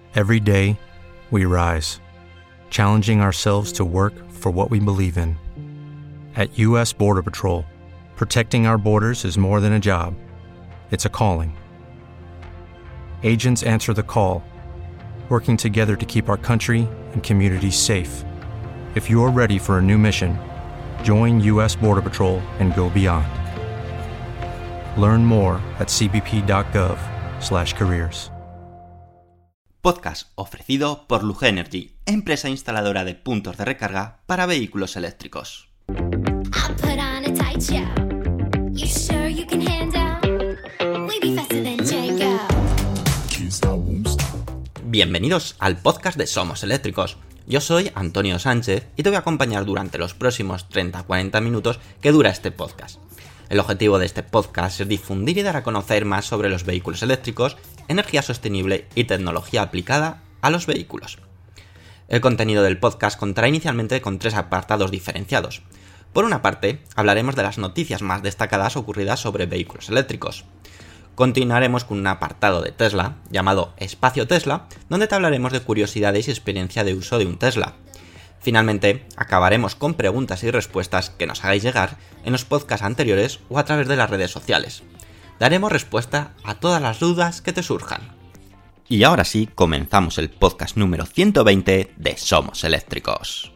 Every day, we rise, challenging ourselves to work for what we believe in. At U.S. Border Patrol, protecting our borders is more than a job. It's a calling. Agents answer the call, working together to keep our country and communities safe. If you're ready for a new mission, join U.S. Border Patrol and go beyond. Learn more at cbp.gov/careers. Podcast ofrecido por Luge Energy, empresa instaladora de puntos de recarga para vehículos eléctricos. Bienvenidos al podcast de Somos Eléctricos. Yo soy Antonio Sánchez y te voy a acompañar durante los próximos 30-40 minutos que dura este podcast. El objetivo de este podcast es difundir y dar a conocer más sobre los vehículos eléctricos, energía sostenible y tecnología aplicada a los vehículos. El contenido del podcast contará inicialmente con 3 apartados diferenciados. Por una parte, hablaremos de las noticias más destacadas ocurridas sobre vehículos eléctricos. Continuaremos con un apartado de Tesla, llamado Espacio Tesla, donde te hablaremos de curiosidades y experiencia de uso de un Tesla. Finalmente, acabaremos con preguntas y respuestas que nos hagáis llegar en los podcasts anteriores o a través de las redes sociales. Daremos respuesta a todas las dudas que te surjan. Y ahora sí, comenzamos el podcast número 120 de Somos Eléctricos.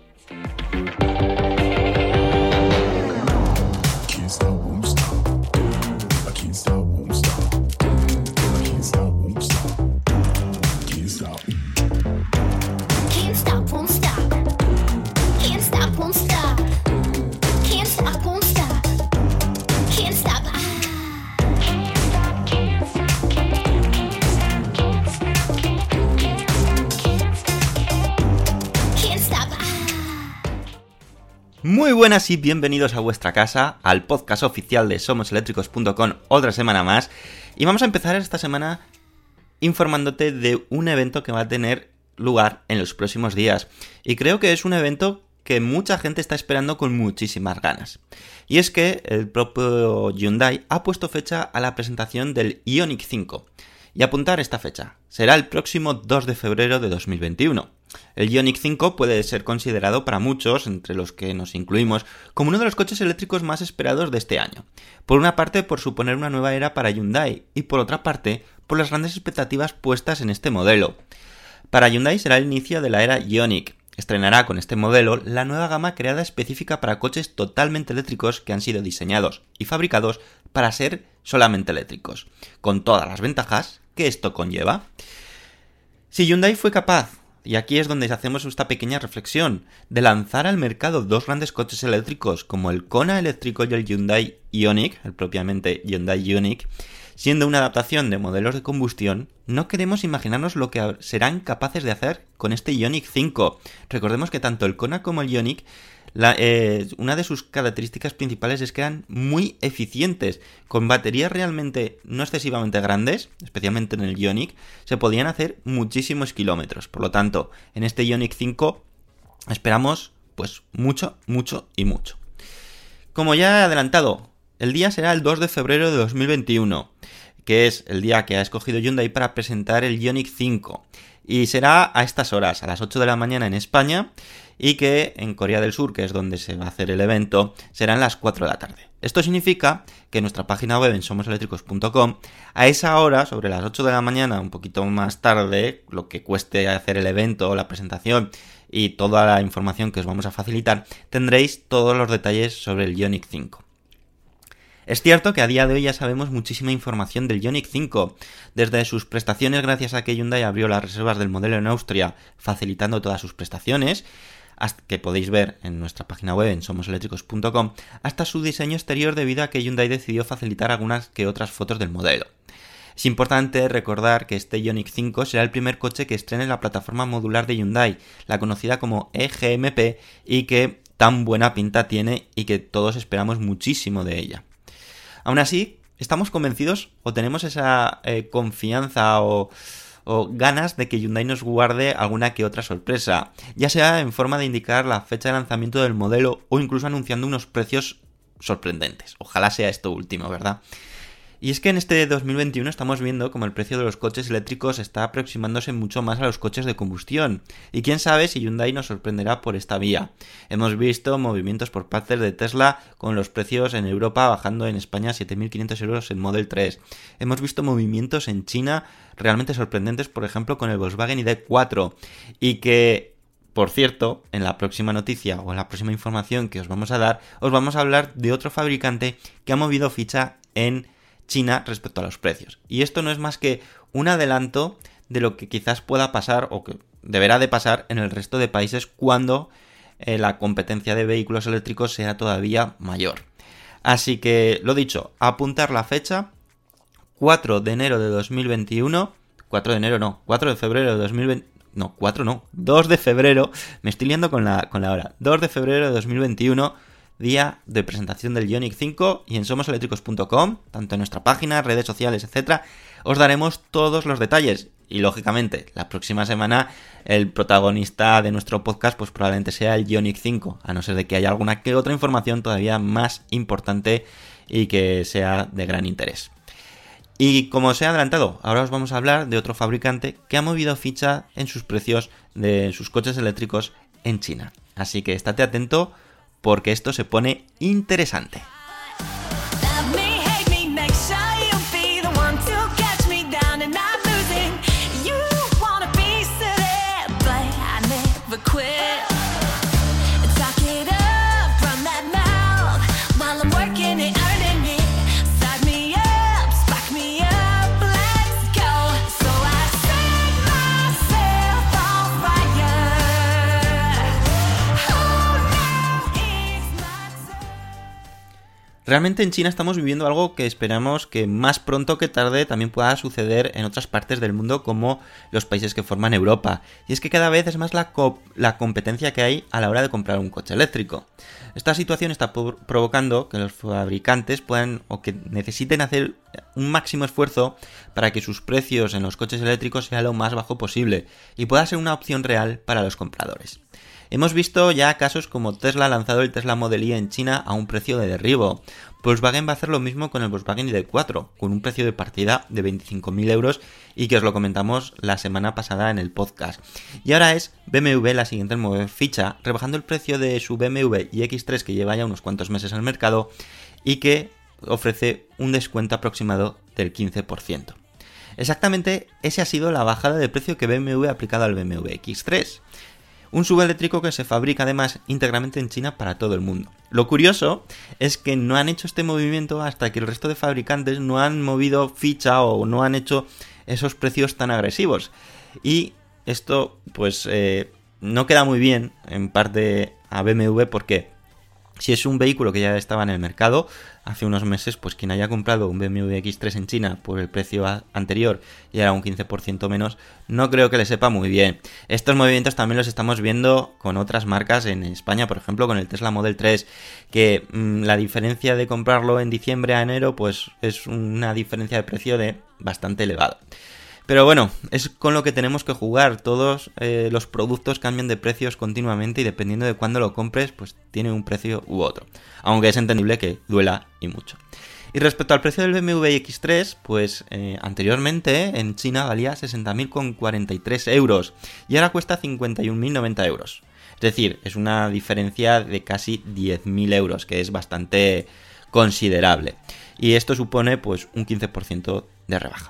Muy buenas y bienvenidos a vuestra casa, al podcast oficial de SomosEléctricos.com, otra semana más. Y vamos a empezar esta semana informándote de un evento que va a tener lugar en los próximos días. Y creo que es un evento que mucha gente está esperando con muchísimas ganas. Y es que el propio Hyundai ha puesto fecha a la presentación del Ioniq 5. Y apuntar esta fecha, será el próximo 2 de febrero de 2021. El Ioniq 5 puede ser considerado para muchos, entre los que nos incluimos, como uno de los coches eléctricos más esperados de este año. Por una parte, por suponer una nueva era para Hyundai, y por otra parte, por las grandes expectativas puestas en este modelo. Para Hyundai será el inicio de la era Ioniq. Estrenará con este modelo la nueva gama creada específica para coches totalmente eléctricos que han sido diseñados y fabricados para ser solamente eléctricos, con todas las ventajas que esto conlleva. Si Hyundai fue capaz, y aquí es donde hacemos esta pequeña reflexión, de lanzar al mercado 2 grandes coches eléctricos como el Kona eléctrico y el Hyundai Ioniq, el propiamente Hyundai Ioniq, siendo una adaptación de modelos de combustión, no queremos imaginarnos lo que serán capaces de hacer con este Ioniq 5. Recordemos que tanto el Kona como el Ioniq, una de sus características principales es que eran muy eficientes. Con baterías realmente no excesivamente grandes, especialmente en el Ioniq, se podían hacer muchísimos kilómetros. Por lo tanto, en este Ioniq 5 esperamos pues mucho, mucho y mucho. Como ya he adelantado, el día será el 2 de febrero de 2021, que es el día que ha escogido Hyundai para presentar el Ioniq 5. Y será a estas horas, a las 8 de la mañana en España, y que en Corea del Sur, que es donde se va a hacer el evento, serán las 4 de la tarde. Esto significa que en nuestra página web en somoseléctricos.com, a esa hora, sobre las 8 de la mañana, un poquito más tarde, lo que cueste hacer el evento, la presentación y toda la información que os vamos a facilitar, tendréis todos los detalles sobre el Ioniq 5. Es cierto que a día de hoy ya sabemos muchísima información del Ioniq 5, desde sus prestaciones gracias a que Hyundai abrió las reservas del modelo en Austria, facilitando todas sus prestaciones, que podéis ver en nuestra página web en somoseléctricos.com, hasta su diseño exterior debido a que Hyundai decidió facilitar algunas que otras fotos del modelo. Es importante recordar que este Ioniq 5 será el primer coche que estrene la plataforma modular de Hyundai, la conocida como eGMP, y que tan buena pinta tiene y que todos esperamos muchísimo de ella. Aún así, estamos convencidos o tenemos esa confianza o ganas de que Hyundai nos guarde alguna que otra sorpresa, ya sea en forma de indicar la fecha de lanzamiento del modelo o incluso anunciando unos precios sorprendentes. Ojalá sea esto último, ¿verdad? Y es que en este 2021 estamos viendo como el precio de los coches eléctricos está aproximándose mucho más a los coches de combustión. Y quién sabe si Hyundai nos sorprenderá por esta vía. Hemos visto movimientos por parte de Tesla con los precios en Europa bajando en España 7.500 euros en Model 3. Hemos visto movimientos en China realmente sorprendentes, por ejemplo, con el Volkswagen ID4. Y que, por cierto, en la próxima noticia o en la próxima información que os vamos a dar, os vamos a hablar de otro fabricante que ha movido ficha en China respecto a los precios. Y esto no es más que un adelanto de lo que quizás pueda pasar o que deberá de pasar en el resto de países cuando la competencia de vehículos eléctricos sea todavía mayor. Así que, lo dicho, apuntar la fecha, 4 de enero de 2021, 4 de febrero de 2020, no, 4 no, 2 de febrero, me estoy liando con la hora, 2 de febrero de 2021, día de presentación del Ioniq 5, y en somoseléctricos.com, tanto en nuestra página, redes sociales, etcétera, os daremos todos los detalles. Y lógicamente, la próxima semana el protagonista de nuestro podcast pues probablemente sea el Ioniq 5, a no ser de que haya alguna que otra información todavía más importante y que sea de gran interés. Y como os he adelantado, ahora os vamos a hablar de otro fabricante que ha movido ficha en sus precios de sus coches eléctricos en China. Así que estate atento, porque esto se pone interesante. Realmente en China estamos viviendo algo que esperamos que más pronto que tarde también pueda suceder en otras partes del mundo, como los países que forman Europa. Y es que cada vez es más la competencia que hay a la hora de comprar un coche eléctrico. Esta situación está provocando que los fabricantes puedan o que necesiten hacer un máximo esfuerzo para que sus precios en los coches eléctricos sea lo más bajo posible y pueda ser una opción real para los compradores. Hemos visto ya casos como Tesla ha lanzado el Tesla Model Y en China a un precio de derribo. Volkswagen va a hacer lo mismo con el Volkswagen ID4, con un precio de partida de 25.000 euros, y que os lo comentamos la semana pasada en el podcast. Y ahora es BMW la siguiente en mover ficha, rebajando el precio de su BMW iX3, que lleva ya unos cuantos meses en el mercado y que ofrece un descuento aproximado del 15%. Exactamente esa ha sido la bajada de precio que BMW ha aplicado al BMW X3. Un subeléctrico que se fabrica además íntegramente en China para todo el mundo. Lo curioso es que no han hecho este movimiento hasta que el resto de fabricantes no han movido ficha o no han hecho esos precios tan agresivos. Y esto pues no queda muy bien en parte a BMW, porque si es un vehículo que ya estaba en el mercado hace unos meses, pues quien haya comprado un BMW X3 en China por el precio anterior y era un 15% menos, no creo que le sepa muy bien. Estos movimientos también los estamos viendo con otras marcas en España, por ejemplo con el Tesla Model 3, que la diferencia de comprarlo en diciembre a enero pues es una diferencia de precio de bastante elevada. Pero bueno, es con lo que tenemos que jugar. Todos los productos cambian de precios continuamente y dependiendo de cuándo lo compres, pues tiene un precio u otro. Aunque es entendible que duela y mucho. Y respecto al precio del BMW X3, pues anteriormente en China valía 60.043 euros y ahora cuesta 51.090 euros. Es decir, es una diferencia de casi 10.000 euros, que es bastante considerable. Y esto supone pues un 15% de rebaja.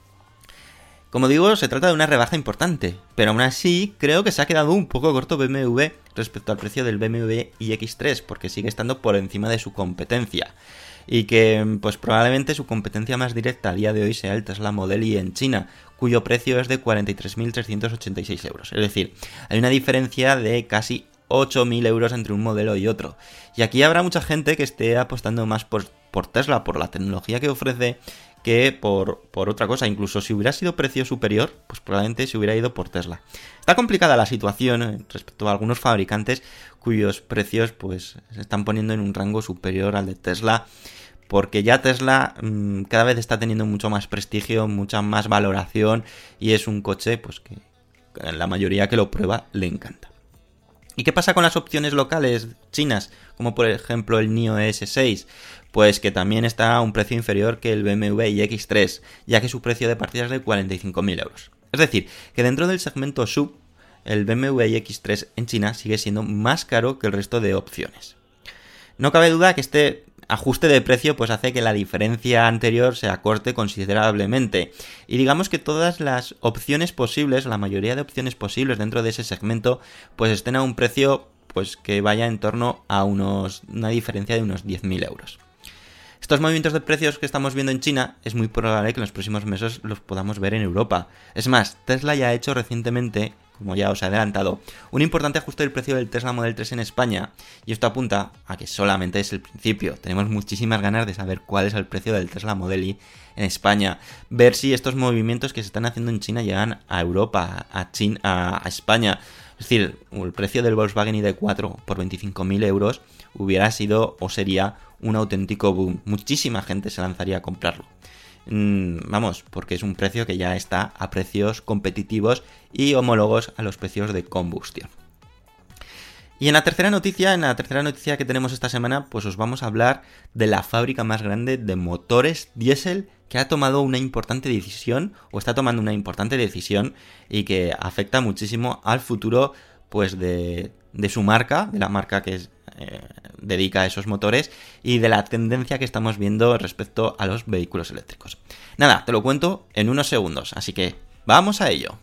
Como digo, se trata de una rebaja importante, pero aún así creo que se ha quedado un poco corto BMW respecto al precio del BMW iX3, porque sigue estando por encima de su competencia. Y que pues probablemente su competencia más directa a día de hoy sea el Tesla Model Y en China, cuyo precio es de 43.386 euros. Es decir, hay una diferencia de casi 8.000 euros entre un modelo y otro. Y aquí habrá mucha gente que esté apostando más por Tesla, por la tecnología que ofrece, que por otra cosa. Incluso si hubiera sido precio superior, pues probablemente se hubiera ido por Tesla. Está complicada la situación respecto a algunos fabricantes cuyos precios pues se están poniendo en un rango superior al de Tesla, porque ya Tesla cada vez está teniendo mucho más prestigio, mucha más valoración, y es un coche pues que la mayoría que lo prueba le encanta. ¿Y qué pasa con las opciones locales chinas? Como por ejemplo el NIO ES6, pues que también está a un precio inferior que el BMW iX3, ya que su precio de partida es de 45.000 euros. Es decir, que dentro del segmento SUV, el BMW iX3 en China sigue siendo más caro que el resto de opciones. No cabe duda que este ajuste de precio pues hace que la diferencia anterior se acorte considerablemente. Y digamos que todas las opciones posibles, la mayoría de opciones posibles dentro de ese segmento, pues estén a un precio pues que vaya en torno a una diferencia de unos 10.000 euros. Estos movimientos de precios que estamos viendo en China es muy probable que en los próximos meses los podamos ver en Europa. Es más, Tesla ya ha hecho recientemente, como ya os he adelantado, un importante ajuste del precio del Tesla Model 3 en España, y esto apunta a que solamente es el principio. Tenemos muchísimas ganas de saber cuál es el precio del Tesla Model Y en España, ver si estos movimientos que se están haciendo en China llegan a Europa, a España. Es decir, el precio del Volkswagen ID4 por 25.000 euros hubiera sido o sería un auténtico boom. Muchísima gente se lanzaría a comprarlo. Vamos, porque es un precio que ya está a precios competitivos y homólogos a los precios de combustión. Y en la tercera noticia que tenemos esta semana, pues os vamos a hablar de la fábrica más grande de motores diésel que ha tomado una importante decisión, o está tomando una importante decisión, y que afecta muchísimo al futuro pues de su marca, de la marca que dedica a esos motores, y de la tendencia que estamos viendo respecto a los vehículos eléctricos. Nada, te lo cuento en unos segundos, así que vamos a ello.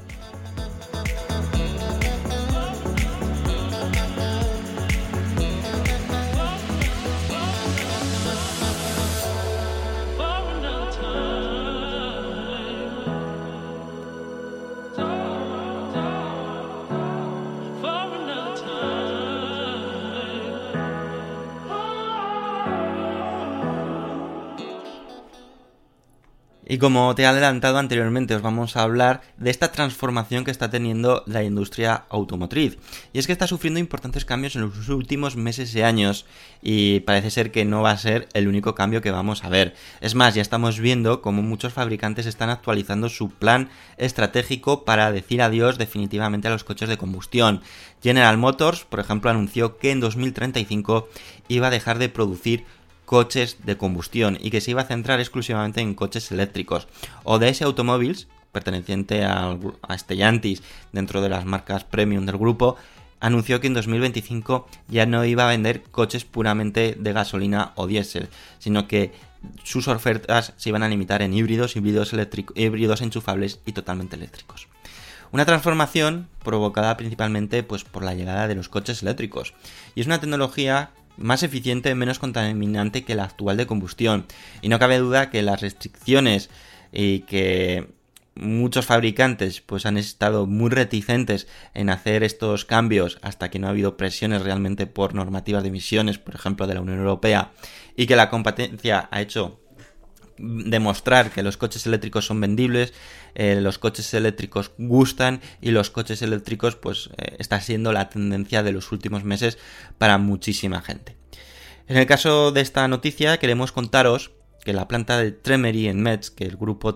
Y como te he adelantado anteriormente, os vamos a hablar de esta transformación que está teniendo la industria automotriz. Y es que está sufriendo importantes cambios en los últimos meses y años, y parece ser que no va a ser el único cambio que vamos a ver. Es más, ya estamos viendo cómo muchos fabricantes están actualizando su plan estratégico para decir adiós definitivamente a los coches de combustión. General Motors, por ejemplo, anunció que en 2035 iba a dejar de producir coches de combustión y que se iba a centrar exclusivamente en coches eléctricos. ODS Automobiles, perteneciente a Stellantis dentro de las marcas premium del grupo, anunció que en 2025 ya no iba a vender coches puramente de gasolina o diésel, sino que sus ofertas se iban a limitar en híbridos enchufables y totalmente eléctricos. Una transformación provocada principalmente pues, por la llegada de los coches eléctricos. Y es una tecnología más eficiente y menos contaminante que la actual de combustión. Y no cabe duda que las restricciones y que muchos fabricantes pues han estado muy reticentes en hacer estos cambios hasta que no ha habido presiones realmente por normativas de emisiones, por ejemplo de la Unión Europea, y que la competencia ha hecho demostrar que los coches eléctricos son vendibles, los coches eléctricos gustan, y los coches eléctricos pues está siendo la tendencia de los últimos meses para muchísima gente. En el caso de esta noticia queremos contaros que la planta de Tremery en Metz, que el grupo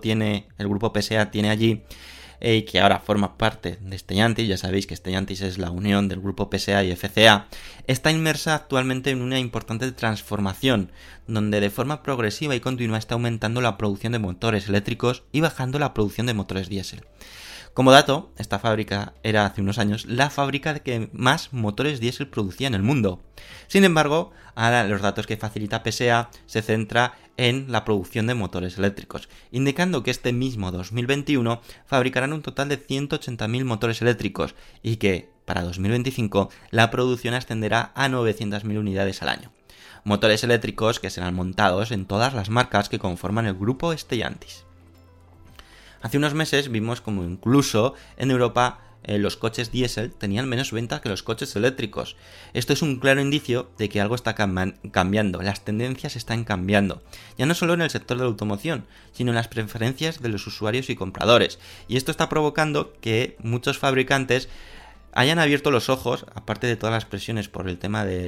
PSA tiene allí, y que ahora forma parte de Stellantis, ya sabéis que Stellantis es la unión del grupo PSA y FCA, está inmersa actualmente en una importante transformación, donde de forma progresiva y continua está aumentando la producción de motores eléctricos y bajando la producción de motores diésel. Como dato, esta fábrica era hace unos años la fábrica que más motores diésel producía en el mundo. Sin embargo, ahora los datos que facilita PSA se centra en la producción de motores eléctricos, indicando que este mismo 2021 fabricarán un total de 180.000 motores eléctricos y que, para 2025, la producción ascenderá a 900.000 unidades al año. Motores eléctricos que serán montados en todas las marcas que conforman el grupo Stellantis. Hace unos meses vimos como incluso en Europa los coches diésel tenían menos ventas que los coches eléctricos. Esto es un claro indicio de que algo está cambiando, las tendencias están cambiando, ya no solo en el sector de la automoción, sino en las preferencias de los usuarios y compradores. Y esto está provocando que muchos fabricantes hayan abierto los ojos, aparte de todas las presiones por el tema de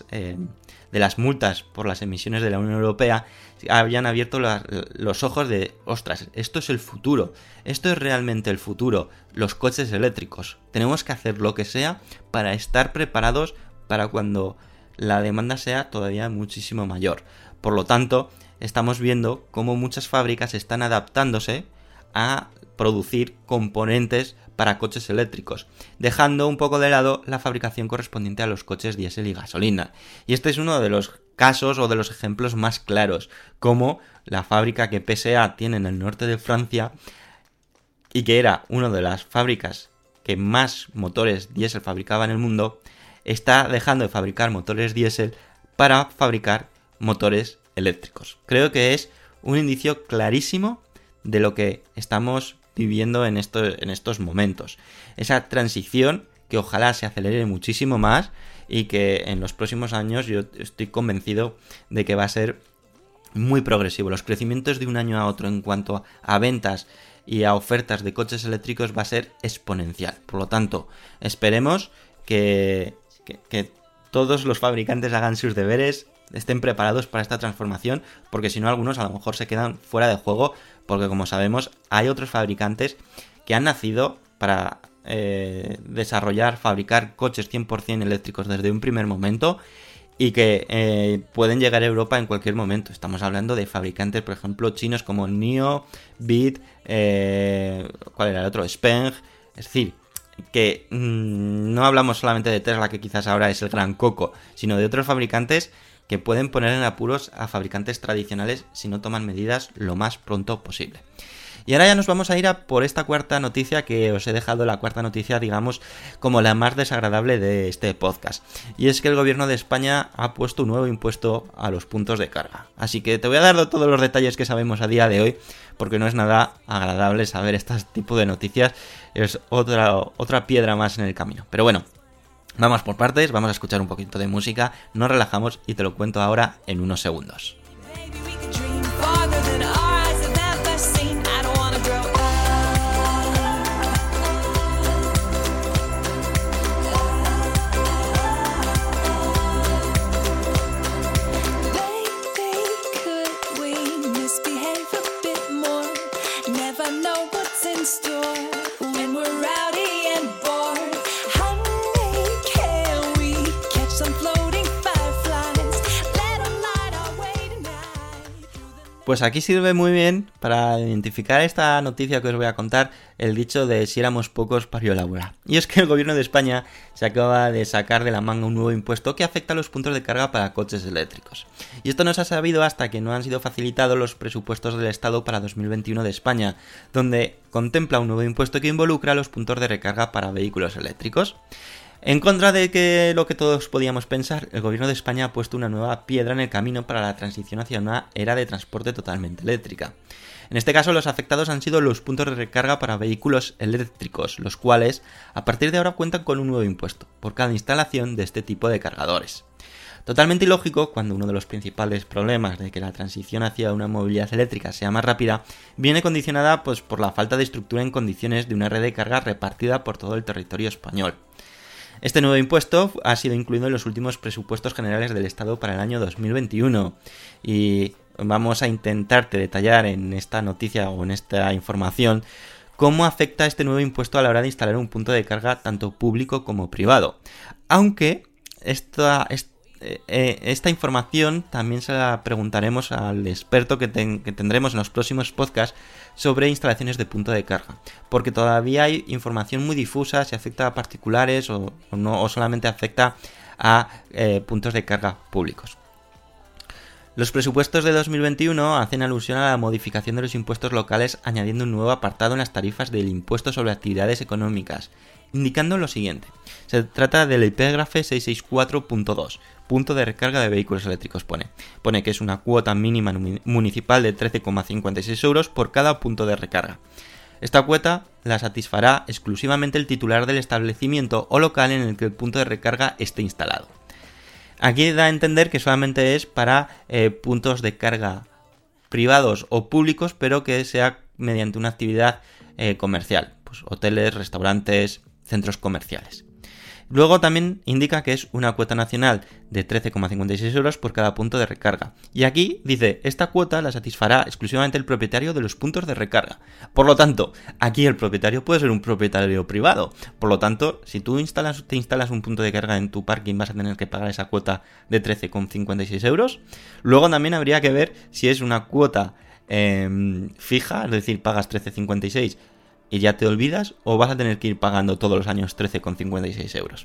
las multas por las emisiones de la Unión Europea, hayan abierto los ojos de, ostras, esto es el futuro, esto es realmente el futuro, los coches eléctricos. Tenemos que hacer lo que sea para estar preparados para cuando la demanda sea todavía muchísimo mayor. Por lo tanto, estamos viendo cómo muchas fábricas están adaptándose a producir componentes para coches eléctricos, dejando un poco de lado la fabricación correspondiente a los coches diésel y gasolina. Y este es uno de los casos o de los ejemplos más claros, como la fábrica que PSA tiene en el norte de Francia y que era una de las fábricas que más motores diésel fabricaba en el mundo, está dejando de fabricar motores diésel para fabricar motores eléctricos. Creo que es un indicio clarísimo de lo que estamos viviendo en estos momentos. Esa transición que ojalá se acelere muchísimo más y que en los próximos años yo estoy convencido de que va a ser muy progresivo. Los crecimientos de un año a otro en cuanto a ventas y a ofertas de coches eléctricos va a ser exponencial. Por lo tanto, esperemos que todos los fabricantes hagan sus deberes, estén preparados para esta transformación, porque si no, algunos a lo mejor se quedan fuera de juego, porque como sabemos hay otros fabricantes que han nacido para fabricar coches 100% eléctricos desde un primer momento y que pueden llegar a Europa en cualquier momento. Estamos hablando de fabricantes, por ejemplo, chinos como NIO, BYD, ¿cuál era el otro? Speng, es decir, que no hablamos solamente de Tesla, que quizás ahora es el gran coco, sino de otros fabricantes que pueden poner en apuros a fabricantes tradicionales si no toman medidas lo más pronto posible. Y ahora ya nos vamos a ir a por esta cuarta noticia, que os he dejado la cuarta noticia, digamos, como la más desagradable de este podcast. Y es que el gobierno de España ha puesto un nuevo impuesto a los puntos de carga. Así que te voy a dar todos los detalles que sabemos a día de hoy, porque no es nada agradable saber este tipo de noticias. Es otra piedra más en el camino. Pero bueno, vamos por partes, vamos a escuchar un poquito de música, nos relajamos y te lo cuento ahora en unos segundos. Pues aquí sirve muy bien para identificar esta noticia que os voy a contar el dicho de si éramos pocos parió la bola. Y es que el gobierno de España se acaba de sacar de la manga un nuevo impuesto que afecta a los puntos de carga para coches eléctricos. Y esto no se ha sabido hasta que no han sido facilitados los presupuestos del Estado para 2021 de España, donde contempla un nuevo impuesto que involucra a los puntos de recarga para vehículos eléctricos. En contra de lo que todos podíamos pensar, el gobierno de España ha puesto una nueva piedra en el camino para la transición hacia una era de transporte totalmente eléctrica. En este caso, los afectados han sido los puntos de recarga para vehículos eléctricos, los cuales, a partir de ahora, cuentan con un nuevo impuesto por cada instalación de este tipo de cargadores. Totalmente ilógico cuando uno de los principales problemas de que la transición hacia una movilidad eléctrica sea más rápida viene condicionada por la falta de estructura en condiciones de una red de carga repartida por todo el territorio español. Este nuevo impuesto ha sido incluido en los últimos presupuestos generales del Estado para el año 2021 y vamos a intentarte detallar en esta noticia o en esta información cómo afecta este nuevo impuesto a la hora de instalar un punto de carga tanto público como privado. Aunque esta información también se la preguntaremos al experto que tendremos en los próximos podcasts sobre instalaciones de punto de carga, porque todavía hay información muy difusa si afecta a particulares o no, o solamente afecta a puntos de carga públicos. Los presupuestos de 2021 hacen alusión a la modificación de los impuestos locales añadiendo un nuevo apartado en las tarifas del impuesto sobre actividades económicas, indicando lo siguiente. Se trata del epígrafe 664.2, punto de recarga de vehículos eléctricos pone que es una cuota mínima municipal de 13,56 euros por cada punto de recarga. Esta cuota la satisfará exclusivamente el titular del establecimiento o local en el que el punto de recarga esté instalado. Aquí da a entender que solamente es para puntos de carga privados o públicos, pero que sea mediante una actividad comercial, pues hoteles, restaurantes, centros comerciales. Luego también indica que es una cuota nacional de 13,56 euros por cada punto de recarga. Y aquí dice, esta cuota la satisfará exclusivamente el propietario de los puntos de recarga. Por lo tanto, aquí el propietario puede ser un propietario privado. Por lo tanto, si tú te instalas un punto de carga en tu parking, vas a tener que pagar esa cuota de 13,56 euros. Luego también habría que ver si es una cuota fija, es decir, pagas 13,56 y ya te olvidas, o vas a tener que ir pagando todos los años 13,56 euros.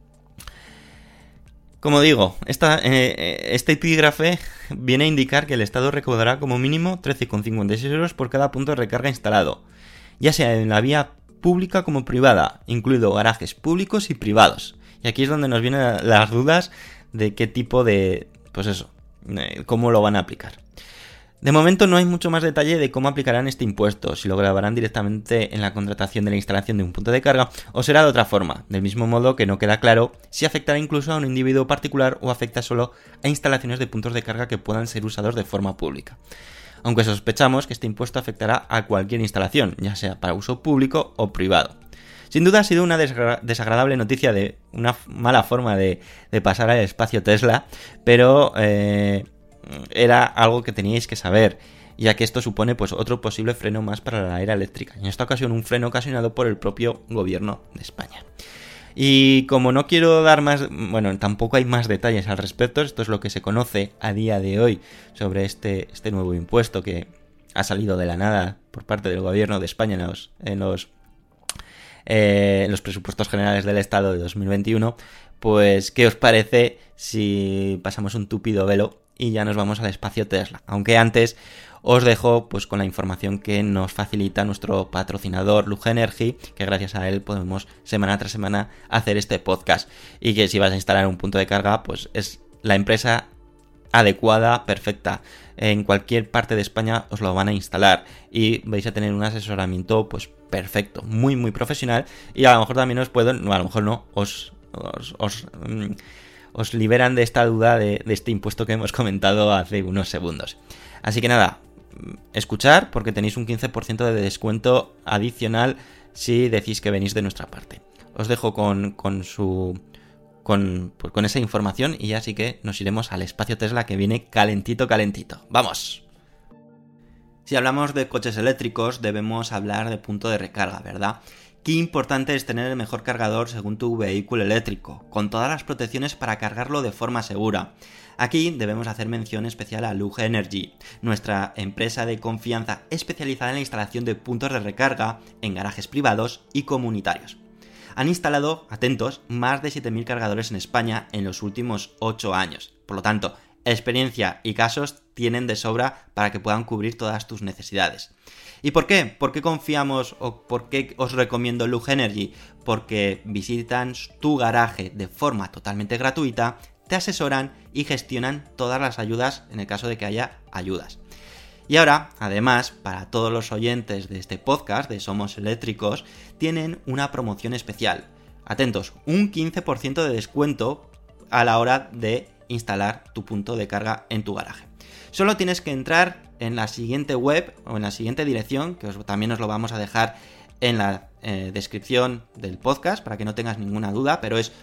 Como digo, este epígrafe viene a indicar que el Estado recaudará como mínimo 13,56 euros por cada punto de recarga instalado, ya sea en la vía pública como privada, incluido garajes públicos y privados. Y aquí es donde nos vienen las dudas de qué tipo de... cómo lo van a aplicar. De momento no hay mucho más detalle de cómo aplicarán este impuesto, si lo grabarán directamente en la contratación de la instalación de un punto de carga o será de otra forma, del mismo modo que no queda claro si afectará incluso a un individuo particular o afecta solo a instalaciones de puntos de carga que puedan ser usados de forma pública. Aunque sospechamos que este impuesto afectará a cualquier instalación, ya sea para uso público o privado. Sin duda ha sido una desagradable noticia de una mala forma de pasar al espacio Tesla, pero... era algo que teníais que saber, ya que esto supone pues otro posible freno más para la era eléctrica, y en esta ocasión un freno ocasionado por el propio gobierno de España. Y como no quiero dar más, tampoco hay más detalles al respecto, esto es lo que se conoce a día de hoy sobre este nuevo impuesto que ha salido de la nada por parte del gobierno de España en los presupuestos generales del Estado de 2021, pues ¿qué os parece si pasamos un tupido velo y ya nos vamos al espacio Tesla? Aunque antes os dejo pues con la información que nos facilita nuestro patrocinador Lug Energy, que gracias a él podemos semana tras semana hacer este podcast, y que si vas a instalar un punto de carga pues es la empresa adecuada, perfecta. En cualquier parte de España os lo van a instalar y vais a tener un asesoramiento pues perfecto, muy muy profesional, y a lo mejor también os liberan de esta duda de este impuesto que hemos comentado hace unos segundos. Así que nada, escuchar, porque tenéis un 15% de descuento adicional si decís que venís de nuestra parte. Os dejo con esa información y ya sí que nos iremos al espacio Tesla, que viene calentito. ¡Vamos! Si hablamos de coches eléctricos, debemos hablar de punto de recarga, ¿verdad? Qué importante es tener el mejor cargador según tu vehículo eléctrico, con todas las protecciones para cargarlo de forma segura. Aquí debemos hacer mención especial a Lug Energy, nuestra empresa de confianza especializada en la instalación de puntos de recarga en garajes privados y comunitarios. Han instalado, atentos, más de 7.000 cargadores en España en los últimos 8 años. Por lo tanto, experiencia y casos tienen de sobra para que puedan cubrir todas tus necesidades. ¿Y por qué? ¿Por qué confiamos o por qué os recomiendo Lug Energy? Porque visitan tu garaje de forma totalmente gratuita, te asesoran y gestionan todas las ayudas en el caso de que haya ayudas. Y ahora, además, para todos los oyentes de este podcast de Somos Eléctricos, tienen una promoción especial. Atentos, un 15% de descuento a la hora de instalar tu punto de carga en tu garaje. Solo tienes que entrar en la siguiente web o en la siguiente dirección, que también os lo vamos a dejar en la descripción del podcast para que no tengas ninguna duda, pero es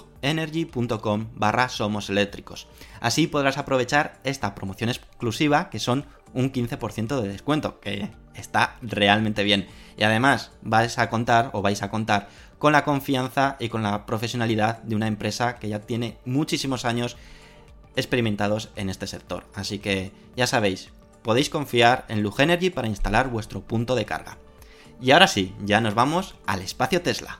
lugenergy.com/somoseléctricos. Así podrás aprovechar esta promoción exclusiva, que son un 15% de descuento, que está realmente bien. Y además vais a contar con la confianza y con la profesionalidad de una empresa que ya tiene muchísimos años experimentados en este sector. Así que ya sabéis, podéis confiar en Lug Energy para instalar vuestro punto de carga. Y ahora sí, ya nos vamos al espacio Tesla.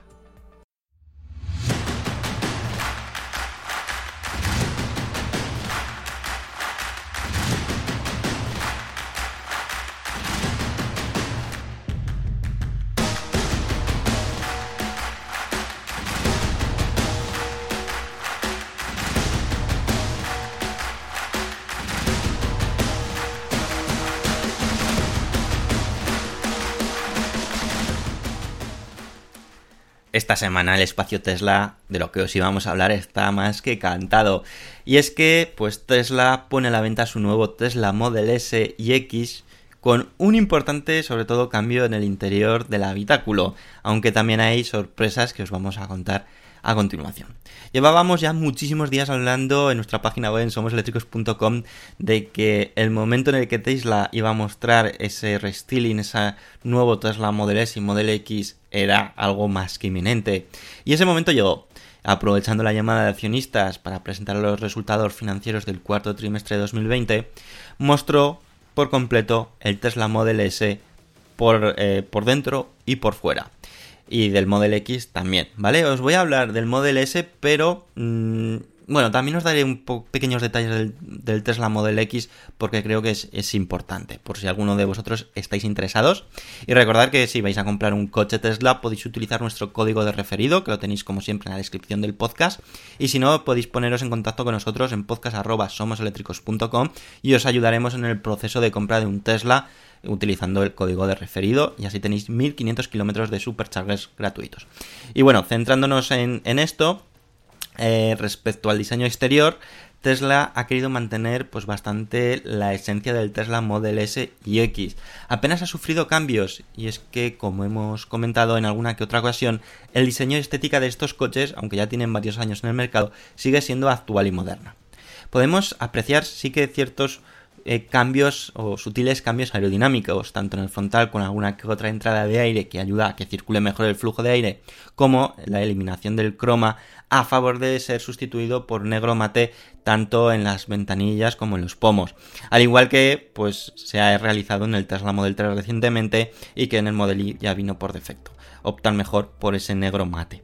Esta semana el espacio Tesla, de lo que os íbamos a hablar, está más que cantado. Y es que pues Tesla pone a la venta su nuevo Tesla Model S y X con un importante, sobre todo, cambio en el interior del habitáculo, aunque también hay sorpresas que os vamos a contar a continuación. Llevábamos ya muchísimos días hablando en nuestra página web en somoseléctricos.com de que el momento en el que Tesla iba a mostrar ese restyling, ese nuevo Tesla Model S y Model X, era algo más que inminente. Y ese momento llegó. Aprovechando la llamada de accionistas para presentar los resultados financieros del cuarto trimestre de 2020, mostró por completo el Tesla Model S por dentro y por fuera. Y del Model X también, ¿vale? Os voy a hablar del Model S, pero bueno, también os daré pequeños detalles del Tesla Model X porque creo que es importante, por si alguno de vosotros estáis interesados. Y recordad que si vais a comprar un coche Tesla podéis utilizar nuestro código de referido, que lo tenéis como siempre en la descripción del podcast. Y si no, podéis poneros en contacto con nosotros en podcast@somoseléctricos.com y os ayudaremos en el proceso de compra de un Tesla utilizando el código de referido, y así tenéis 1500 kilómetros de superchargers gratuitos. Y bueno, centrándonos en esto, respecto al diseño exterior, Tesla ha querido mantener pues bastante la esencia del Tesla Model S y X. Apenas ha sufrido cambios, y es que, como hemos comentado en alguna que otra ocasión, el diseño y estética de estos coches, aunque ya tienen varios años en el mercado, sigue siendo actual y moderna. Podemos apreciar sí que ciertos cambios o sutiles cambios aerodinámicos, tanto en el frontal con alguna que otra entrada de aire que ayuda a que circule mejor el flujo de aire, como la eliminación del croma a favor de ser sustituido por negro mate tanto en las ventanillas como en los pomos, al igual que pues se ha realizado en el Tesla Model 3 recientemente y que en el Model Y ya vino por defecto. Optan mejor por ese negro mate.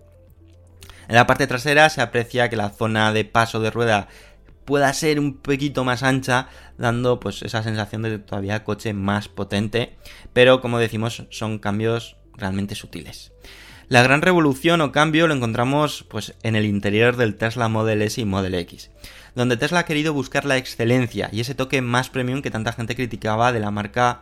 En la parte trasera se aprecia que la zona de paso de rueda pueda ser un poquito más ancha, dando pues esa sensación de todavía coche más potente, pero como decimos son cambios realmente sutiles. La gran revolución o cambio lo encontramos pues en el interior del Tesla Model S y Model X, donde Tesla ha querido buscar la excelencia y ese toque más premium que tanta gente criticaba de la marca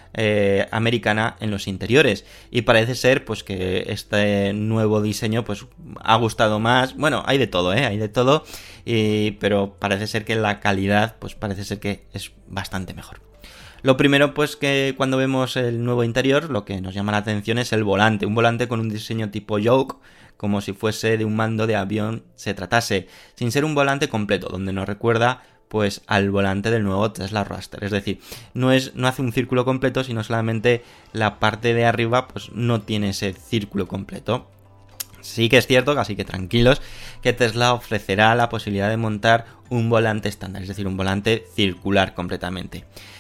americana en los interiores, y parece ser pues que este nuevo diseño pues ha gustado más. Bueno, hay de todo, hay de todo, pero parece ser que la calidad pues parece ser que es bastante mejor. Lo primero pues que cuando vemos el nuevo interior lo que nos llama la atención es el volante, un volante con un diseño tipo yoke, como si fuese de un mando de avión se tratase, sin ser un volante completo, donde nos recuerda pues al volante del nuevo Tesla Roadster. Es decir, no hace un círculo completo, sino solamente la parte de arriba pues no tiene ese círculo completo. Sí que es cierto, así que tranquilos, que Tesla ofrecerá la posibilidad de montar un volante estándar, es decir, un volante circular completamente.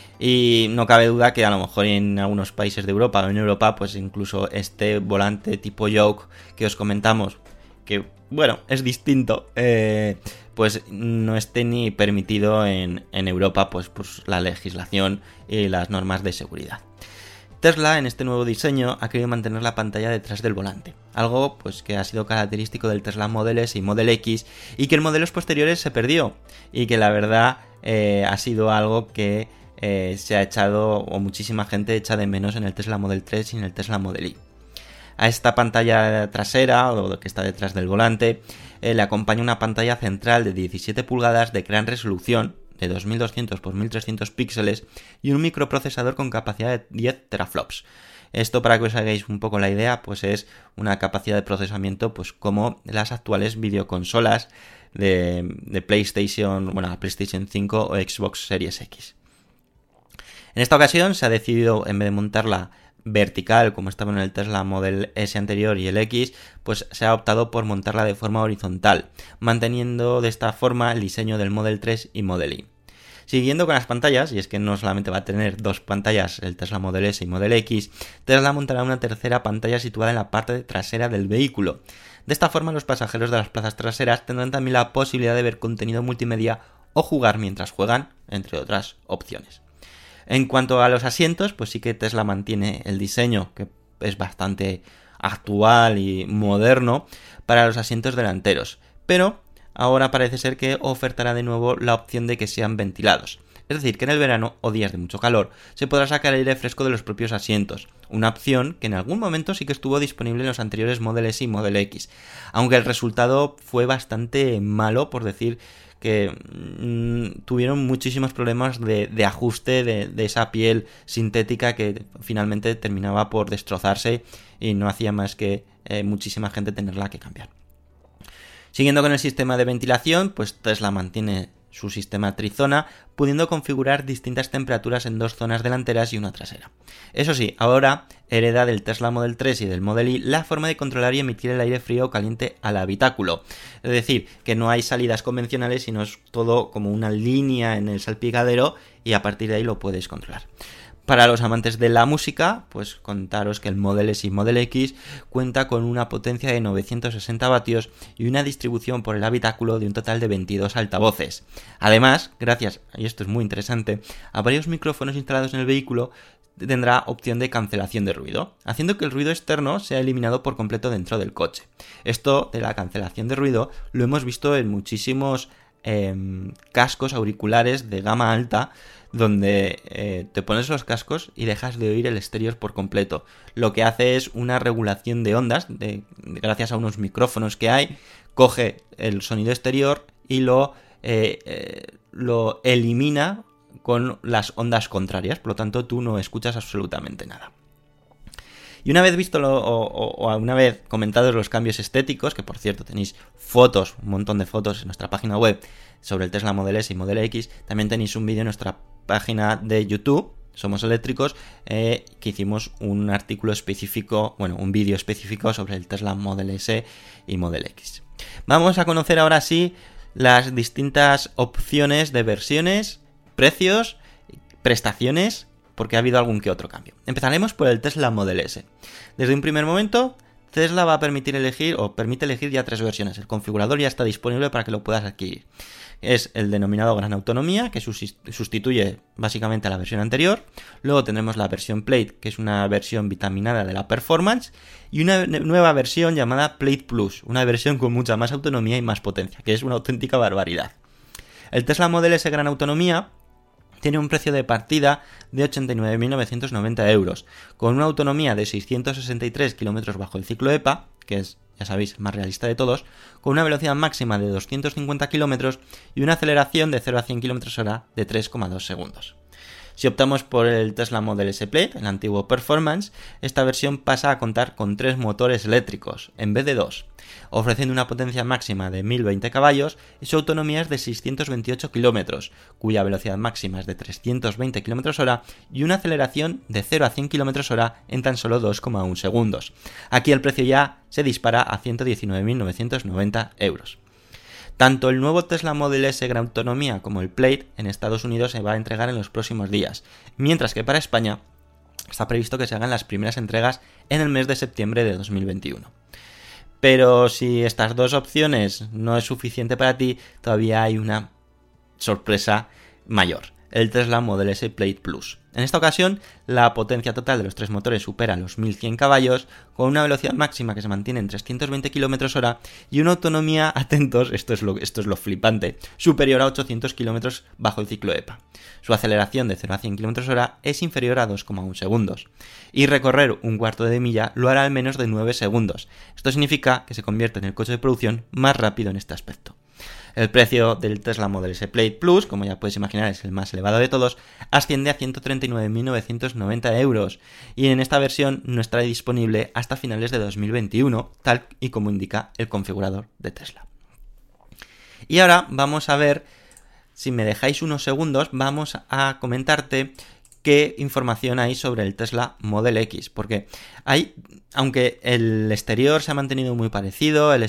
Y no cabe duda que a lo mejor en algunos países de Europa o en Europa, pues incluso este volante tipo yoke que os comentamos, que bueno, es distinto, pues no esté ni permitido en Europa, pues por la legislación y las normas de seguridad. Tesla en este nuevo diseño ha querido mantener la pantalla detrás del volante, algo pues que ha sido característico del Tesla Model S y Model X y que en modelos posteriores se perdió, y que la verdad ha sido algo que se ha echado, o muchísima gente echa de menos en el Tesla Model 3 y en el Tesla Model Y. A esta pantalla trasera, o que está detrás del volante, le acompaña una pantalla central de 17 pulgadas de gran resolución, de 2200 x 1300 píxeles, y un microprocesador con capacidad de 10 teraflops. Esto, para que os hagáis un poco la idea, pues es una capacidad de procesamiento pues como las actuales videoconsolas de PlayStation, bueno, la PlayStation 5 o Xbox Series X. En esta ocasión se ha decidido, en vez de montarla vertical como estaba en el Tesla Model S anterior y el X, pues se ha optado por montarla de forma horizontal, manteniendo de esta forma el diseño del Model 3 y Model Y. Siguiendo con las pantallas, y es que no solamente va a tener dos pantallas el Tesla Model S y Model X, Tesla montará una tercera pantalla situada en la parte trasera del vehículo. De esta forma, los pasajeros de las plazas traseras tendrán también la posibilidad de ver contenido multimedia o jugar mientras juegan, entre otras opciones. En cuanto a los asientos, pues sí que Tesla mantiene el diseño, que es bastante actual y moderno, para los asientos delanteros, pero ahora parece ser que ofertará de nuevo la opción de que sean ventilados, Es decir, que en el verano o días de mucho calor se podrá sacar aire fresco de los propios asientos, una opción que en algún momento sí que estuvo disponible en los anteriores Model S y Model X, aunque el resultado fue bastante malo, por decir que tuvieron muchísimos problemas de ajuste de esa piel sintética que finalmente terminaba por destrozarse y no hacía más que muchísima gente tenerla que cambiar. Siguiendo con el sistema de ventilación, pues Tesla mantiene su sistema trizona, pudiendo configurar distintas temperaturas en 2 zonas delanteras y una trasera. Eso sí, ahora hereda del Tesla Model 3 y del Model Y la forma de controlar y emitir el aire frío o caliente al habitáculo. Es decir, que no hay salidas convencionales, sino es todo como una línea en el salpicadero y a partir de ahí lo puedes controlar. Para los amantes de la música, pues contaros que el Model S y Model X cuenta con una potencia de 960 vatios y una distribución por el habitáculo de un total de 22 altavoces. Además, gracias, y esto es muy interesante, a varios micrófonos instalados en el vehículo tendrá opción de cancelación de ruido, haciendo que el ruido externo sea eliminado por completo dentro del coche. Esto de la cancelación de ruido lo hemos visto en muchísimos cascos auriculares de gama alta, donde te pones los cascos y dejas de oír el exterior por completo. Lo que hace es una regulación de ondas, gracias a unos micrófonos que hay, coge el sonido exterior y lo elimina con las ondas contrarias, por lo tanto tú no escuchas absolutamente nada. Y una vez visto o una vez comentados los cambios estéticos, que por cierto tenéis fotos, un montón de fotos en nuestra página web sobre el Tesla Model S y Model X, también tenéis un vídeo en nuestra página de YouTube, Somos Eléctricos, que hicimos un artículo específico, un vídeo específico sobre el Tesla Model S y Model X. Vamos a conocer ahora sí las distintas opciones de versiones, precios, prestaciones, porque ha habido algún que otro cambio. Empezaremos por el Tesla Model S. Desde un primer momento, Tesla va a permite elegir ya 3 versiones. El configurador ya está disponible para que lo puedas adquirir. Es el denominado Gran Autonomía, que sustituye básicamente a la versión anterior. Luego tendremos la versión Plate, que es una versión vitaminada de la Performance. Y una nueva versión llamada Plate Plus, una versión con mucha más autonomía y más potencia, que es una auténtica barbaridad. El Tesla Model S Gran Autonomía tiene un precio de partida de 89.990 euros, con una autonomía de 663 km bajo el ciclo EPA, que es, ya sabéis, el más realista de todos, con una velocidad máxima de 250 km y una aceleración de 0 a 100 km/h de 3,2 segundos. Si optamos por el Tesla Model S Plate, el antiguo Performance, esta versión pasa a contar con 3 motores eléctricos, en vez de 2, ofreciendo una potencia máxima de 1020 caballos y su autonomía es de 628 km, cuya velocidad máxima es de 320 km/h y una aceleración de 0 a 100 km/h en tan solo 2,1 segundos. Aquí el precio ya se dispara a 119.990 euros. Tanto el nuevo Tesla Model S Gran Autonomía como el Plate en Estados Unidos se va a entregar en los próximos días, mientras que para España está previsto que se hagan las primeras entregas en el mes de septiembre de 2021. Pero si estas dos opciones no es suficiente para ti, todavía hay una sorpresa mayor, el Tesla Model S Plate Plus. En esta ocasión, la potencia total de los 3 motores supera los 1100 caballos, con una velocidad máxima que se mantiene en 320 km/h y una autonomía, atentos, esto es lo flipante, superior a 800 km bajo el ciclo EPA. Su aceleración de 0 a 100 km/h es inferior a 2,1 segundos. Y recorrer un cuarto de milla lo hará en menos de 9 segundos. Esto significa que se convierte en el coche de producción más rápido en este aspecto. El precio del Tesla Model S Plate Plus, como ya puedes imaginar es el más elevado de todos, asciende a 139.990 euros y en esta versión no estará disponible hasta finales de 2021, tal y como indica el configurador de Tesla. Y ahora vamos a ver, si me dejáis unos segundos, vamos a comentarte qué información hay sobre el Tesla Model X, porque aunque el exterior se ha mantenido muy parecido, el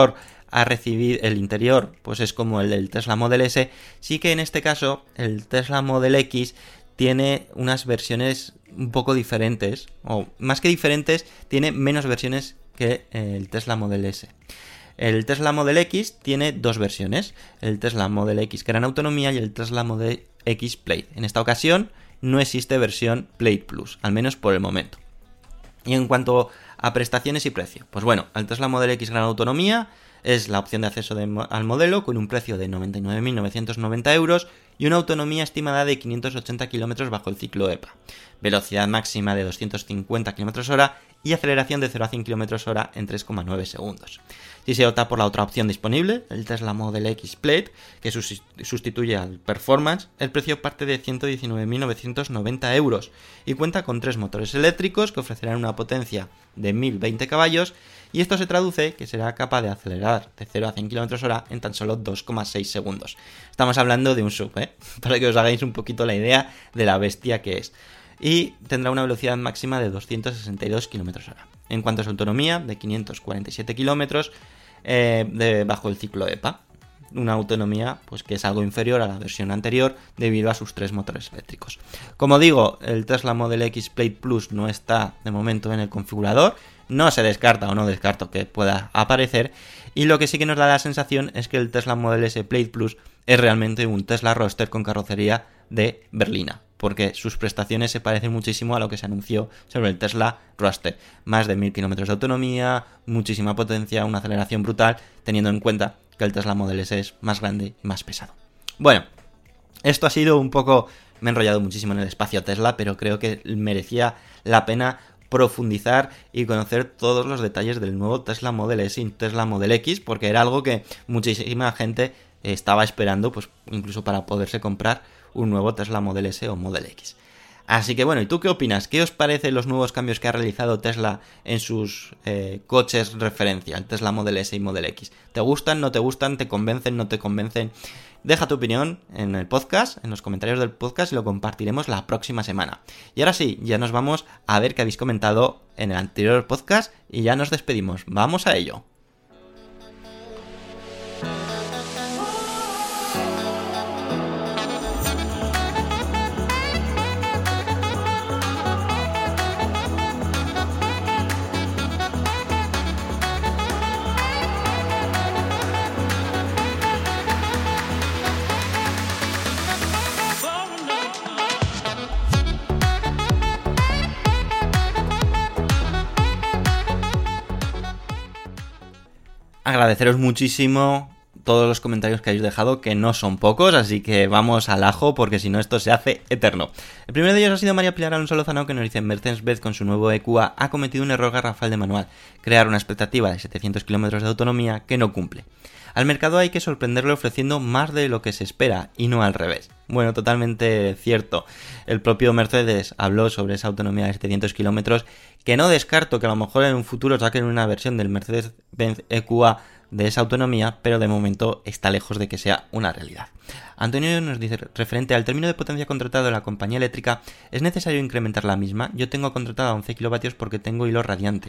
interior pues es como el del Tesla Model S, sí que en este caso el Tesla Model X tiene unas versiones un poco diferentes, o más que diferentes, tiene menos versiones que el Tesla Model S. El Tesla Model X tiene 2 versiones, el Tesla Model X Gran Autonomía y el Tesla Model X Plate. En esta ocasión no existe versión Plate Plus, al menos por el momento. Y en cuanto a prestaciones y precio, pues bueno, el Tesla Model X Gran Autonomía es la opción de acceso al modelo con un precio de 99.990 euros y una autonomía estimada de 580 km bajo el ciclo EPA, velocidad máxima de 250 km/h y aceleración de 0 a 100 km/h en 3,9 segundos. Si se opta por la otra opción disponible, el Tesla Model X Plaid, que sustituye al Performance, el precio parte de 119.990 euros y cuenta con 3 motores eléctricos que ofrecerán una potencia de 1020 caballos, y esto se traduce que será capaz de acelerar de 0 a 100 km/h en tan solo 2,6 segundos. Estamos hablando de un SUV, para que os hagáis un poquito la idea de la bestia que es. Y tendrá una velocidad máxima de 262 km/h. En cuanto a su autonomía, de 547 km bajo el ciclo EPA. Una autonomía pues que es algo inferior a la versión anterior debido a sus 3 motores eléctricos. Como digo, el Tesla Model X Plaid Plus no está de momento en el configurador. No se descarta o no descarto que pueda aparecer. Y lo que sí que nos da la sensación es que el Tesla Model S Plaid Plus es realmente un Tesla Roadster con carrocería de berlina, porque sus prestaciones se parecen muchísimo a lo que se anunció sobre el Tesla Roadster. Más de 1000 km de autonomía, muchísima potencia, una aceleración brutal, teniendo en cuenta que el Tesla Model S es más grande y más pesado. Bueno, esto ha sido un poco... Me he enrollado muchísimo en el espacio Tesla, pero creo que merecía la pena profundizar y conocer todos los detalles del nuevo Tesla Model S y Tesla Model X, porque era algo que muchísima gente estaba esperando, pues incluso para poderse comprar un nuevo Tesla Model S o Model X. Así que bueno, ¿y tú qué opinas? ¿Qué os parecen los nuevos cambios que ha realizado Tesla en sus coches referencia, el Tesla Model S y Model X? ¿Te gustan, no te gustan, te convencen, no te convencen? Deja tu opinión en el podcast, en los comentarios del podcast, y lo compartiremos la próxima semana. Y ahora sí, ya nos vamos a ver qué habéis comentado en el anterior podcast y ya nos despedimos. ¡Vamos a ello! Agradeceros muchísimo todos los comentarios que habéis dejado, que no son pocos, así que vamos al ajo, porque si no esto se hace eterno. El primero de ellos ha sido María Pilar Alonso Lozano, que nos dice: Mercedes-Benz con su nuevo EQA ha cometido un error garrafal de manual, crear una expectativa de 700 km de autonomía que no cumple. Al mercado hay que sorprenderle ofreciendo más de lo que se espera y no al revés. Bueno, totalmente cierto. El propio Mercedes habló sobre esa autonomía de 700 km, que no descarto que a lo mejor en un futuro saquen una versión del Mercedes-Benz EQA de esa autonomía, pero de momento está lejos de que sea una realidad. Antonio nos dice: referente al término de potencia contratado de la compañía eléctrica, ¿es necesario incrementar la misma? Yo tengo contratada 11 kilovatios porque tengo hilo radiante.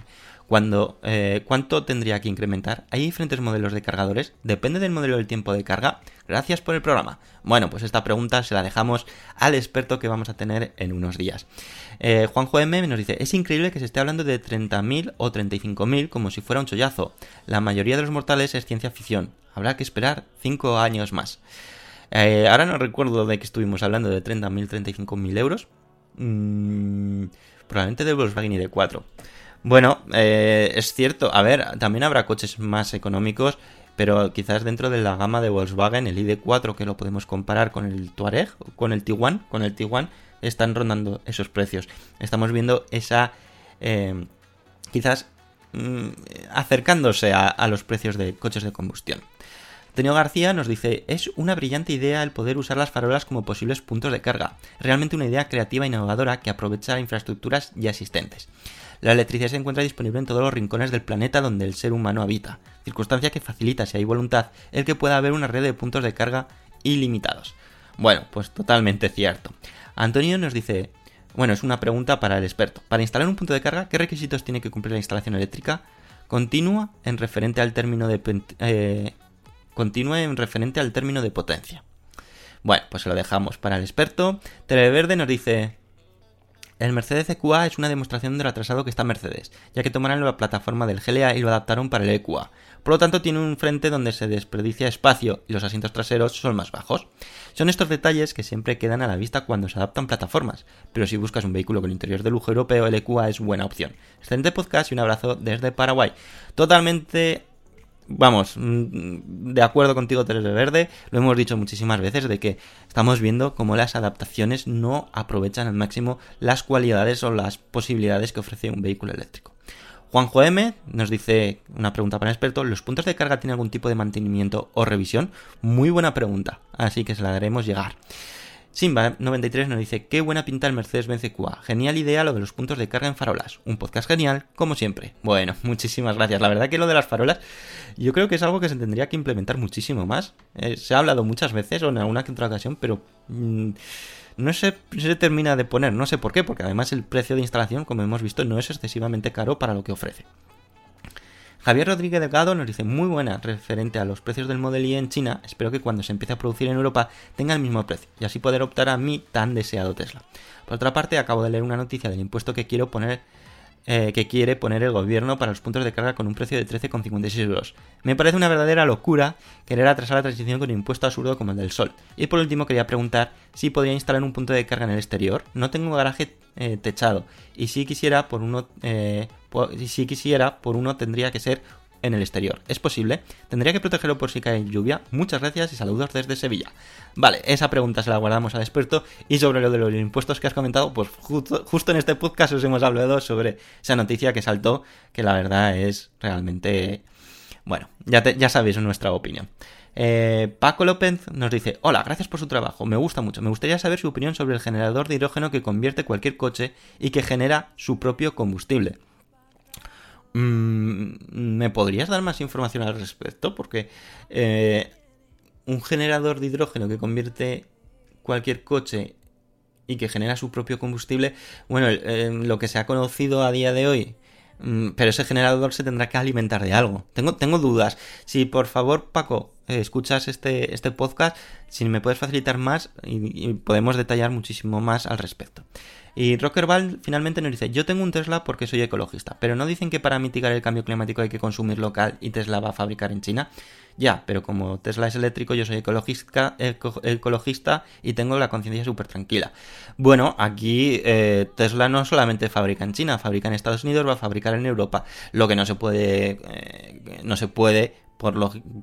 ¿Cuánto tendría que incrementar? ¿Hay diferentes modelos de cargadores? ¿Depende del modelo del tiempo de carga? Gracias por el programa. Bueno, pues esta pregunta se la dejamos al experto que vamos a tener en unos días. Juanjo M nos dice: es increíble que se esté hablando de 30.000 o 35.000 como si fuera un chollazo. La mayoría de los mortales es ciencia ficción. Habrá que esperar 5 años más. Ahora no recuerdo de que estuvimos hablando de 30.000, 35.000 euros. Probablemente de Volkswagen ID4. Bueno, es cierto. A ver, también habrá coches más económicos, pero quizás dentro de la gama de Volkswagen, el ID4, que lo podemos comparar con el Touareg, con el Tiguan, están rondando esos precios. Estamos viendo esa, quizás, acercándose a los precios de coches de combustión. Antonio García nos dice: es una brillante idea el poder usar las farolas como posibles puntos de carga. Realmente una idea creativa e innovadora que aprovecha infraestructuras ya existentes. La electricidad se encuentra disponible en todos los rincones del planeta donde el ser humano habita, circunstancia que facilita, si hay voluntad, el que pueda haber una red de puntos de carga ilimitados. Bueno, pues totalmente cierto. Antonio nos dice: bueno, es una pregunta para el experto. Para instalar un punto de carga, ¿qué requisitos tiene que cumplir la instalación eléctrica? Continúa en referente al término de potencia. Bueno, pues se lo dejamos para el experto. Televerde nos dice: el Mercedes EQA es una demostración de lo atrasado que está Mercedes, ya que tomaron la plataforma del GLA y lo adaptaron para el EQA. Por lo tanto, tiene un frente donde se desperdicia espacio y los asientos traseros son más bajos. Son estos detalles que siempre quedan a la vista cuando se adaptan plataformas, pero si buscas un vehículo con interior de lujo europeo, el EQA es buena opción. Excelente podcast y un abrazo desde Paraguay. Totalmente vamos, de acuerdo contigo, Teres Verde, lo hemos dicho muchísimas veces, de que estamos viendo cómo las adaptaciones no aprovechan al máximo las cualidades o las posibilidades que ofrece un vehículo eléctrico. Juanjo M nos dice una pregunta para el experto: ¿los puntos de carga tienen algún tipo de mantenimiento o revisión? Muy buena pregunta, así que se la haremos llegar. Simba93 nos dice: qué buena pinta el Mercedes-Benz EQA, genial idea lo de los puntos de carga en farolas, un podcast genial, como siempre. Bueno, muchísimas gracias. La verdad que lo de las farolas yo creo que es algo que se tendría que implementar muchísimo más. Se ha hablado muchas veces o en alguna que otra ocasión, pero no se termina de poner, no sé por qué, porque además el precio de instalación, como hemos visto, no es excesivamente caro para lo que ofrece. Javier Rodríguez Delgado nos dice: muy buena, referente a los precios del Model Y en China, espero que cuando se empiece a producir en Europa tenga el mismo precio y así poder optar a mi tan deseado Tesla. Por otra parte, acabo de leer una noticia del impuesto que quiere poner el gobierno para los puntos de carga con un precio de 13,56 euros. Me parece una verdadera locura querer atrasar la transición con un impuesto absurdo como el del sol. Y por último quería preguntar si podría instalar un punto de carga en el exterior. No tengo garaje techado y si quisiera por uno tendría que ser en el exterior. ¿Es posible? ¿Tendría que protegerlo por si cae lluvia? Muchas gracias y saludos desde Sevilla. Vale, esa pregunta se la guardamos al experto. Y sobre lo de los impuestos que has comentado, pues justo en este podcast os hemos hablado sobre esa noticia que saltó, que la verdad es realmente... Bueno, ya sabéis nuestra opinión. Paco López nos dice: hola, gracias por su trabajo, me gusta mucho. Me gustaría saber su opinión sobre el generador de hidrógeno que convierte cualquier coche y que genera su propio combustible. ¿Me podrías dar más información al respecto? Porque un generador de hidrógeno que convierte cualquier coche y que genera su propio combustible, bueno, lo que se ha conocido a día de hoy, pero ese generador se tendrá que alimentar de algo. Tengo dudas. Si por favor, Paco, escuchas este podcast, si me puedes facilitar más y podemos detallar muchísimo más al respecto. Y Rockerball finalmente nos dice: yo tengo un Tesla porque soy ecologista, pero ¿no dicen que para mitigar el cambio climático hay que consumir local y Tesla va a fabricar en China? Ya, pero como Tesla es eléctrico, yo soy ecologista y tengo la conciencia súper tranquila. Bueno, aquí Tesla no solamente fabrica en China, fabrica en Estados Unidos, va a fabricar en Europa. Lo que no se puede por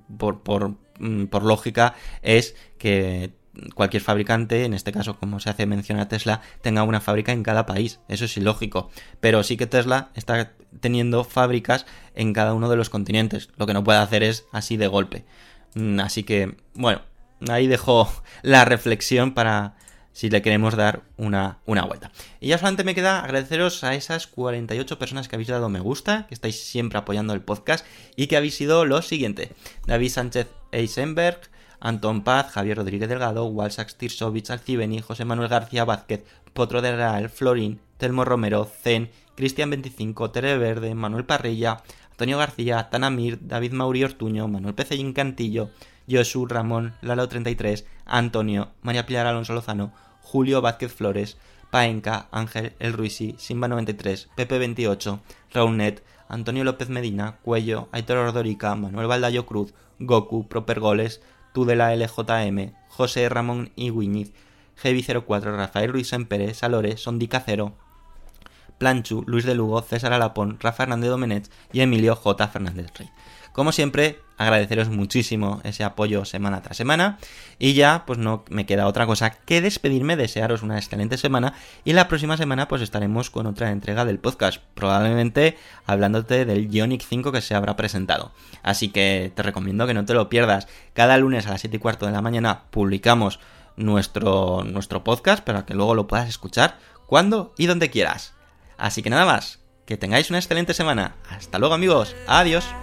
lógica es que cualquier fabricante, en este caso como se hace mención a Tesla, tenga una fábrica en cada país. Eso es ilógico, pero sí que Tesla está teniendo fábricas en cada uno de los continentes. Lo que no puede hacer es así de golpe. Así que, bueno, ahí dejo la reflexión para si le queremos dar una vuelta. Y ya solamente me queda agradeceros a esas 48 personas que habéis dado me gusta, que estáis siempre apoyando el podcast y que habéis sido los siguientes: David Sánchez Eisenberg, Antón Paz, Javier Rodríguez Delgado, Walsax Tirsovich, Alcibeni, José Manuel García Vázquez, Potro de Real, Florín, Telmo Romero, Zen, Cristian25, Tere Verde, Manuel Parrilla, Antonio García, Tanamir, David Mauri Ortuño, Manuel Pecellín Cantillo, Josu, Ramón, Lalo33, Antonio, María Pilar Alonso Lozano, Julio Vázquez Flores, Paenca, Ángel El Ruisi, Simba93, Pepe28, Raulnet, Antonio López Medina, Cuello, Aitor Ordorica, Manuel Baldayo Cruz, Goku, Propergoles, Tudela LJM, José Ramón Iguiñiz, Heavy04, Rafael Ruiz Empere, Salore, Sondica Cero, Planchu, Luis de Lugo, César Alapón, Rafa Hernández Domenech y Emilio J. Fernández Rey. Como siempre, agradeceros muchísimo ese apoyo semana tras semana y ya pues no me queda otra cosa que despedirme, desearos una excelente semana y la próxima semana pues estaremos con otra entrega del podcast, probablemente hablándote del Ioniq 5 que se habrá presentado. Así que te recomiendo que no te lo pierdas. Cada lunes a las 7:15 de la mañana publicamos nuestro podcast para que luego lo puedas escuchar cuando y donde quieras. Así que nada más, que tengáis una excelente semana. Hasta luego amigos, adiós.